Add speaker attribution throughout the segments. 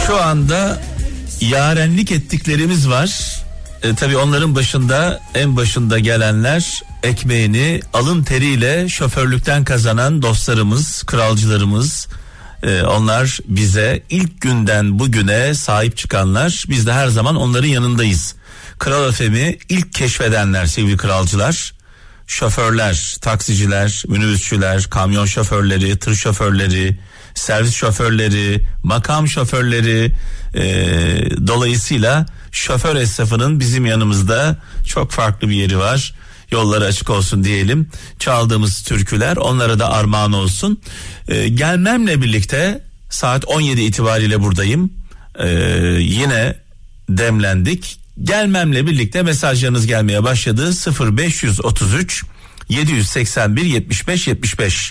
Speaker 1: Şu anda yarenlik ettiklerimiz var. Tabii onların başında, en başında gelenler, ekmeğini alın teriyle şoförlükten kazanan dostlarımız, kralcılarımız. Onlar bize ilk günden bugüne sahip çıkanlar. Biz de her zaman onların yanındayız. Kral FM'i ilk keşfedenler sevgili kralcılar. Şoförler, taksiciler, minibüsçüler, kamyon şoförleri, tır şoförleri, servis şoförleri, makam şoförleri, dolayısıyla şoför esnafının bizim yanımızda çok farklı bir yeri var. Yolları açık olsun diyelim. Çaldığımız türküler onlara da armağan olsun. Gelmemle birlikte saat 17 itibariyle buradayım. Yine demlendik. Gelmemle birlikte mesajlarınız gelmeye başladı. 0533 781 75 75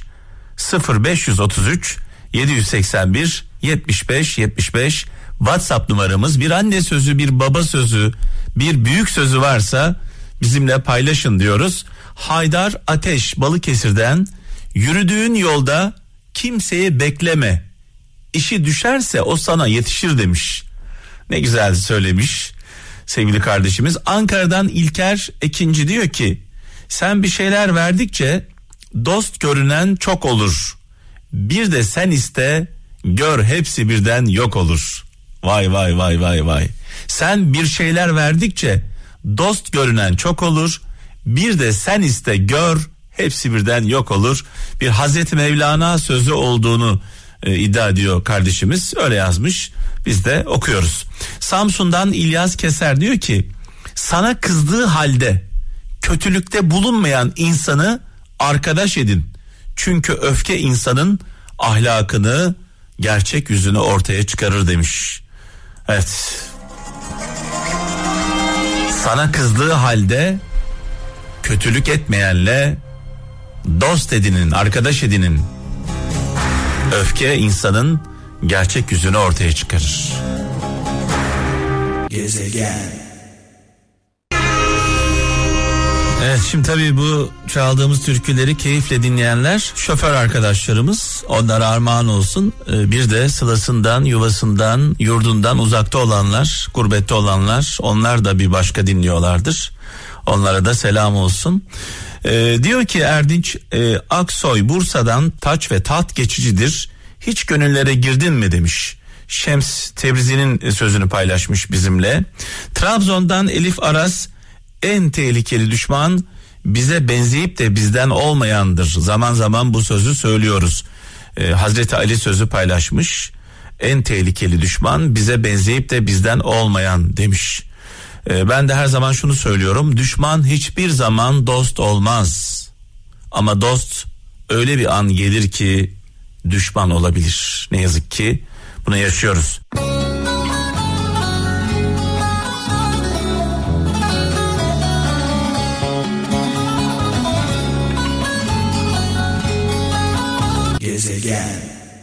Speaker 1: 0533 781 75 75 WhatsApp numaramız. Bir anne sözü, bir baba sözü, bir büyük sözü varsa bizimle paylaşın diyoruz. Haydar Ateş Balıkesir'den, yürüdüğün yolda kimseyi bekleme, İşi düşerse o sana yetişir demiş. Ne güzel söylemiş sevgili kardeşimiz. Ankara'dan İlker Ekinci diyor ki, sen bir şeyler verdikçe dost görünen çok olur. Bir de sen iste, gör hepsi birden yok olur. Vay vay vay vay vay. Sen bir şeyler verdikçe dost görünen çok olur. Bir de sen iste, gör hepsi birden yok olur. Bir Hazreti Mevlana sözü olduğunu iddia ediyor kardeşimiz. Öyle yazmış. Biz de okuyoruz. Samsun'dan İlyas Keser diyor ki, sana kızdığı halde kötülükte bulunmayan insanı arkadaş edin. Çünkü öfke insanın ahlakını, gerçek yüzünü ortaya çıkarır demiş. Evet. Sana kızdığı halde kötülük etmeyenle dost edinin, arkadaş edinin. Öfke insanın gerçek yüzünü ortaya çıkarır. Gezegen. Evet, şimdi tabii bu çaldığımız türküleri keyifle dinleyenler şoför arkadaşlarımız, onlara armağan olsun. Bir de sılasından, yuvasından, yurdundan uzakta olanlar, gurbette olanlar, onlar da bir başka dinliyorlardır. Onlara da selam olsun. Diyor ki Erdinç Aksoy, Bursa'dan, taç ve taht geçicidir. Hiç gönüllere girdin mi demiş. Şems Tebrizi'nin sözünü paylaşmış bizimle. Trabzon'dan Elif Aras, en tehlikeli düşman bize benzeyip de bizden olmayandır. Zaman zaman bu sözü söylüyoruz. Hazreti Ali sözü paylaşmış. En tehlikeli düşman bize benzeyip de bizden olmayan demiş. Ben de her zaman şunu söylüyorum. Düşman hiçbir zaman dost olmaz. Ama dost öyle bir an gelir ki düşman olabilir. Ne yazık ki bunu yaşıyoruz. Gezegen.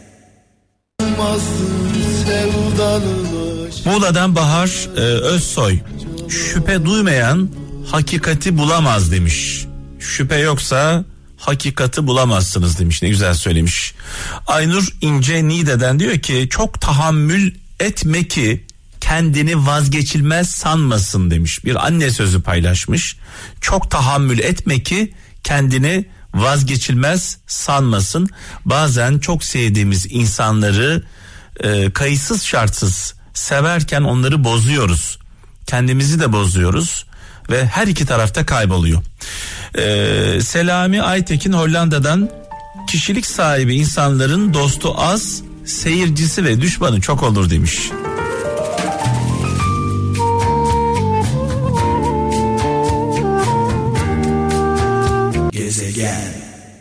Speaker 1: Muğla'dan Bahar Özsoy, şüphe duymayan hakikati bulamaz demiş. Şüphe yoksa hakikati bulamazsınız demiş. Ne güzel söylemiş. Aynur İnce Niğde'den diyor ki, çok tahammül etme ki kendini vazgeçilmez sanmasın demiş. Bir anne sözü paylaşmış. Çok tahammül etme ki kendini vazgeçilmez sanmasın. Bazen çok sevdiğimiz insanları kayıtsız şartsız severken onları bozuyoruz. Kendimizi de bozuyoruz ve her iki tarafta kayboluyor. Selami Aytekin Hollanda'dan, kişilik sahibi insanların dostu az, seyircisi ve düşmanı çok olur demiş. Gezegen.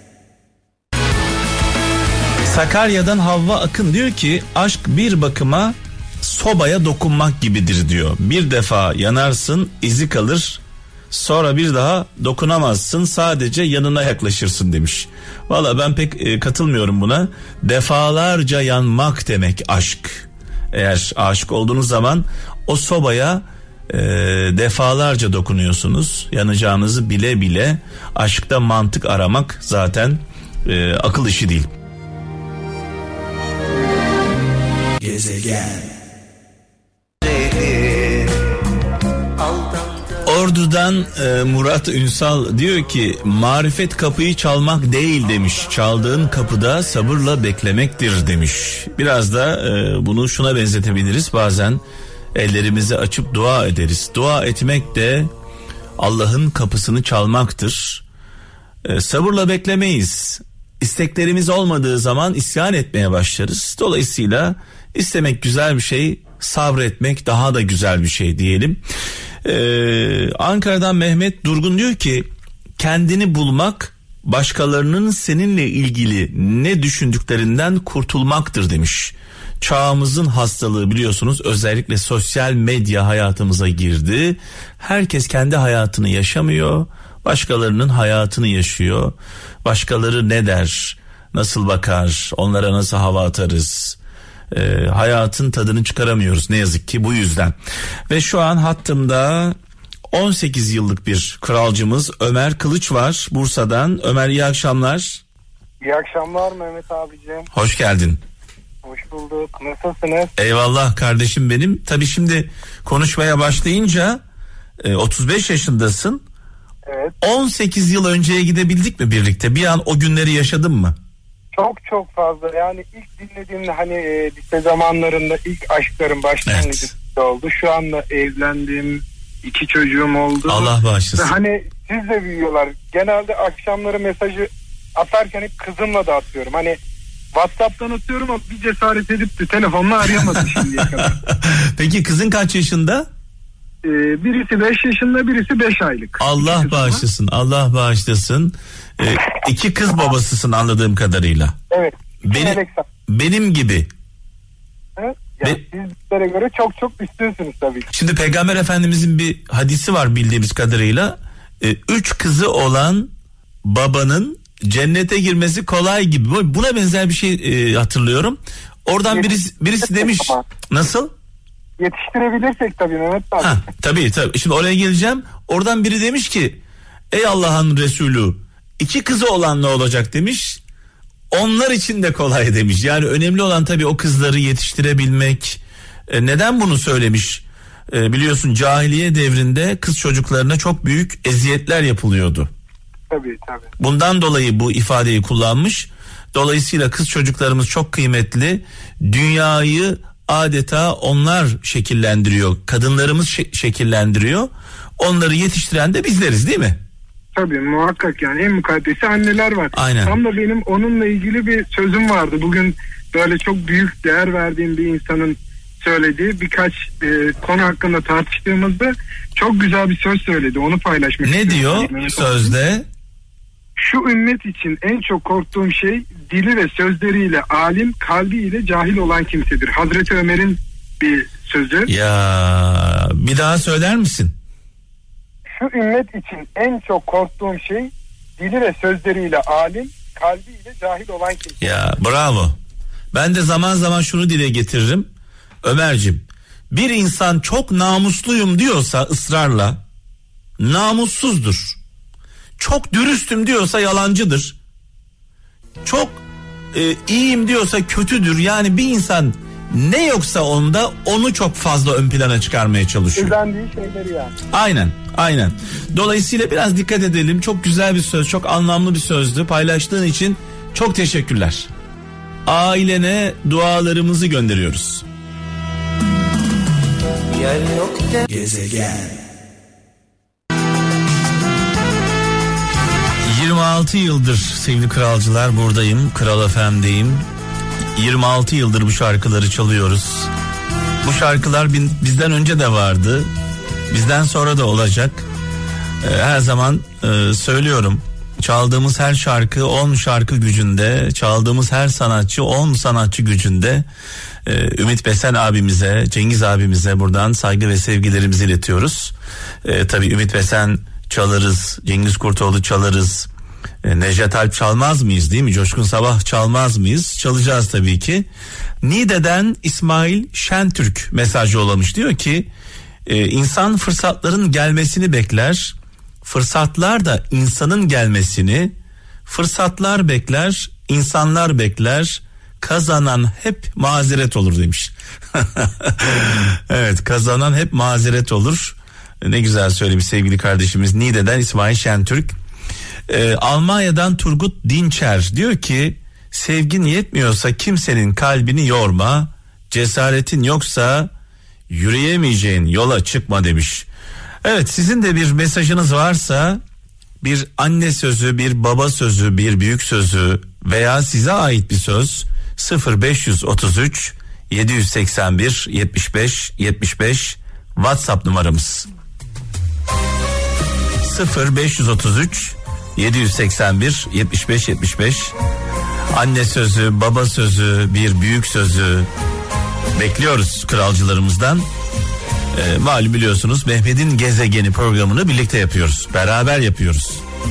Speaker 1: Sakarya'dan Havva Akın diyor ki, aşk bir bakıma sobaya dokunmak gibidir diyor. Bir defa yanarsın, izi kalır, sonra bir daha dokunamazsın, sadece yanına yaklaşırsın demiş. Valla ben pek katılmıyorum buna. Defalarca yanmak demek aşk. Eğer aşık olduğunuz zaman o sobaya defalarca dokunuyorsunuz. Yanacağınızı bile bile. Aşkta mantık aramak zaten akıl işi değil. Gezegen. Ordu'dan Murat Ünsal diyor ki marifet kapıyı çalmak değil demiş. Çaldığın kapıda sabırla beklemektir demiş. Biraz da bunu şuna benzetebiliriz. Bazen ellerimizi açıp dua ederiz. Dua etmek de Allah'ın kapısını çalmaktır. Sabırla beklemeyiz. İsteklerimiz olmadığı zaman isyan etmeye başlarız. Dolayısıyla istemek güzel bir şey, sabretmek daha da güzel bir şey diyelim. Ankara'dan Mehmet Durgun diyor ki kendini bulmak başkalarının seninle ilgili ne düşündüklerinden kurtulmaktır demiş. Çağımızın hastalığı biliyorsunuz, özellikle sosyal medya hayatımıza girdi. Herkes kendi hayatını yaşamıyor, başkalarının hayatını yaşıyor. Başkaları ne der, nasıl bakar, onlara nasıl hava atarız? Hayatın tadını çıkaramıyoruz ne yazık ki bu yüzden. Ve şu an hattımda 18 yıllık bir kralcımız Ömer Kılıç var Bursa'dan. Ömer, iyi akşamlar.
Speaker 2: İyi akşamlar Mehmet abiciğim.
Speaker 1: Hoş geldin.
Speaker 2: Hoş bulduk. Nasılsınız?
Speaker 1: Eyvallah kardeşim benim. Tabii şimdi konuşmaya başlayınca 35 yaşındasın.
Speaker 2: Evet.
Speaker 1: 18 yıl önceye gidebildik mi birlikte? Bir an o günleri yaşadın mı?
Speaker 2: Çok fazla. Yani ilk dinlediğimde hani lise zamanlarında ilk aşklarım başlangıcı oldu. Şu anda evlendim. 2 çocuğum oldu.
Speaker 1: Allah bağışlasın.
Speaker 2: Hani siz de büyüyorlar. Genelde akşamları mesajı atarken hep kızımla da atıyorum. Hani WhatsApp'tan atıyorum ama bir cesaret edip de telefonla arayamadım şimdiye kadar.
Speaker 1: Peki kızın kaç yaşında?
Speaker 2: Birisi 5 yaşında, birisi 5 aylık.
Speaker 1: Allah bağışlasın, Allah bağışlasın. 2 kız babasısın anladığım kadarıyla.
Speaker 2: Evet.
Speaker 1: Benim gibi.
Speaker 2: Evet. Yani sizlere göre çok üstünsünüz tabii.
Speaker 1: Şimdi Peygamber Efendimizin bir hadisi var bildiğimiz kadarıyla. 3 kızı olan babanın cennete girmesi kolay gibi. Buna benzer bir şey hatırlıyorum. Oradan birisi demiş. Nasıl?
Speaker 2: Yetiştirebilirsek tabii Mehmet abi.
Speaker 1: Tabii. Şimdi oraya geleceğim. Oradan biri demiş ki ey Allah'ın Resulü 2 kızı olan ne olacak demiş. Onlar için de kolay demiş. Yani önemli olan tabii o kızları yetiştirebilmek. Neden bunu söylemiş? Biliyorsun cahiliye devrinde kız çocuklarına çok büyük eziyetler yapılıyordu.
Speaker 2: Tabii.
Speaker 1: Bundan dolayı bu ifadeyi kullanmış. Dolayısıyla kız çocuklarımız çok kıymetli. Dünyayı adeta onlar şekillendiriyor. Kadınlarımız şekillendiriyor. Onları yetiştiren de bizleriz değil mi?
Speaker 2: Tabii muhakkak, yani en mukaddesi anneler var.
Speaker 1: Aynen.
Speaker 2: Tam da benim onunla ilgili bir sözüm vardı. Bugün böyle çok büyük değer verdiğim bir insanın söylediği birkaç konu hakkında tartıştığımızda çok güzel bir söz söyledi. Onu paylaşmak
Speaker 1: istiyorum. Ne diyor sözde?
Speaker 2: Şu ümmet için en çok korktuğum şey dili ve sözleriyle alim, kalbiyle cahil olan kimsedir. Hazreti Ömer'in bir sözü.
Speaker 1: Ya bir daha söyler misin?
Speaker 2: Şu ümmet için en çok korktuğum şey dili ve sözleriyle alim, kalbiyle cahil olan kimse.
Speaker 1: Ya bravo. Ben de zaman zaman şunu dile getiririm. Ömerciğim, bir insan çok namusluyum diyorsa ısrarla namussuzdur. Çok dürüstüm diyorsa yalancıdır. Çok iyiyim diyorsa kötüdür. Yani bir insan ne yoksa onda onu çok fazla ön plana çıkarmaya çalışıyor.
Speaker 2: Özendiği şeyleri yani.
Speaker 1: Aynen. Dolayısıyla biraz dikkat edelim. Çok güzel bir söz, çok anlamlı bir sözdü. Paylaştığın için çok teşekkürler. Ailene dualarımızı gönderiyoruz. Gezegen. 26 yıldır sevgili kralcılar buradayım. Kral FM'deyim. 26 yıldır bu şarkıları çalıyoruz. Bu şarkılar bizden önce de vardı. Bizden sonra da olacak. Her zaman söylüyorum. Çaldığımız her şarkı 10 şarkı gücünde. Çaldığımız her sanatçı 10 sanatçı gücünde. Ümit Besen abimize, Cengiz abimize buradan saygı ve sevgilerimizi iletiyoruz. Tabii Ümit Besen çalarız, Cengiz Kurtoğlu çalarız. Necdet Alp çalmaz mıyız değil mi? Coşkun Sabah çalmaz mıyız? Çalacağız tabii ki. Niğde'den İsmail Şentürk mesajı yollamış. Diyor ki insan fırsatların gelmesini bekler. Fırsatlar da insanın gelmesini. Fırsatlar bekler, insanlar bekler. Kazanan hep mazeret olur demiş. Evet, kazanan hep mazeret olur. Ne güzel söylemiş sevgili kardeşimiz Niğde'den İsmail Şentürk. Almanya'dan Turgut Dinçer diyor ki sevgin yetmiyorsa kimsenin kalbini yorma, cesaretin yoksa yürüyemeyeceğin yola çıkma demiş. Evet, sizin de bir mesajınız varsa, bir anne sözü, bir baba sözü, bir büyük sözü veya size ait bir söz 0533 781 75 75 WhatsApp numaramız. 0533 781 75 75. Anne sözü, baba sözü, bir büyük sözü bekliyoruz kralcılarımızdan. Malum biliyorsunuz Mehmet'in Gezegeni programını birlikte yapıyoruz. Beraber yapıyoruz.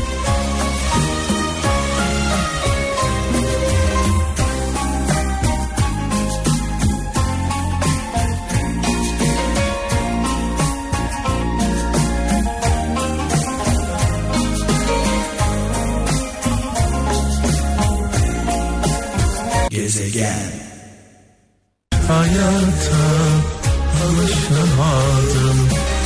Speaker 1: Gezegen. Hayata alışamadım.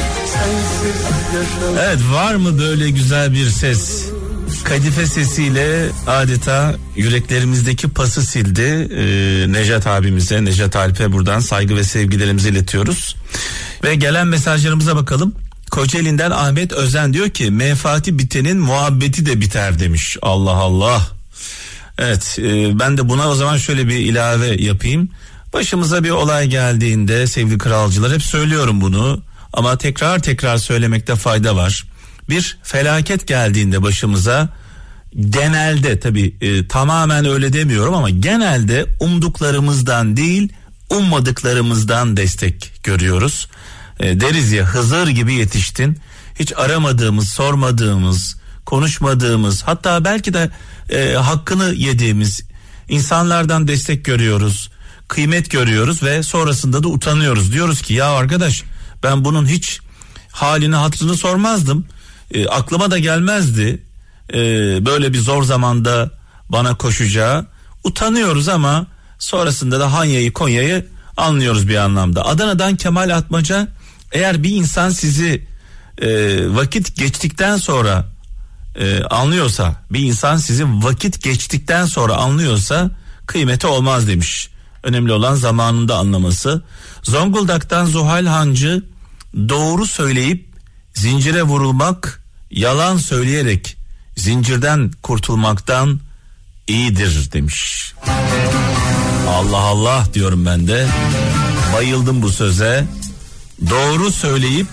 Speaker 1: Evet, var mı böyle güzel bir ses? Kadife sesiyle adeta yüreklerimizdeki pası sildi. Nejat abimize, Nejat Alp'e buradan saygı ve sevgilerimizi iletiyoruz. Ve gelen mesajlarımıza bakalım. Kocaeli'nden Ahmet Özen diyor ki menfaati bitenin muhabbeti de biter demiş. Allah Allah. Evet, ben de buna o zaman şöyle bir ilave yapayım. Başımıza bir olay geldiğinde sevgili kralcılar, hep söylüyorum bunu ama tekrar söylemekte fayda var. Bir felaket geldiğinde başımıza, genelde tabii tamamen öyle demiyorum ama genelde umduklarımızdan değil ummadıklarımızdan destek görüyoruz. Deriz ya, Hızır gibi yetiştin, hiç aramadığımız, sormadığımız, konuşmadığımız, hatta belki de hakkını yediğimiz insanlardan destek görüyoruz, kıymet görüyoruz ve sonrasında da utanıyoruz. Diyoruz ki ya arkadaş, ben bunun hiç halini hatırını sormazdım, aklıma da gelmezdi böyle bir zor zamanda bana koşacağı. Utanıyoruz ama sonrasında da Hanya'yı, Konya'yı anlıyoruz bir anlamda. Adana'dan Kemal Atmaca, eğer bir insan sizi vakit geçtikten sonra anlıyorsa, bir insan sizi vakit geçtikten sonra anlıyorsa kıymeti olmaz demiş. Önemli olan zamanında anlaması. Zonguldak'tan Zuhal Hancı, doğru söyleyip zincire vurulmak, yalan söyleyerek zincirden kurtulmaktan iyidir demiş. Allah Allah diyorum ben de. Bayıldım bu söze. Doğru söyleyip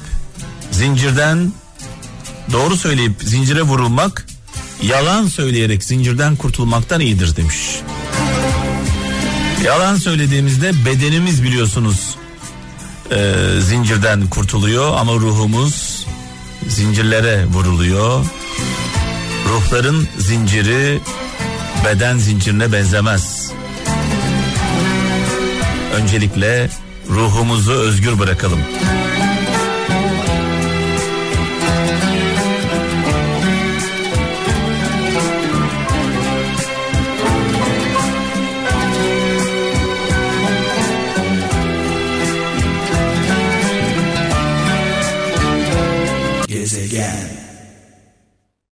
Speaker 1: zincire vurulmak, yalan söyleyerek zincirden kurtulmaktan iyidir demiş. Yalan söylediğimizde bedenimiz biliyorsunuz zincirden kurtuluyor ama ruhumuz zincirlere vuruluyor. Ruhların zinciri beden zincirine benzemez. Öncelikle ruhumuzu özgür bırakalım.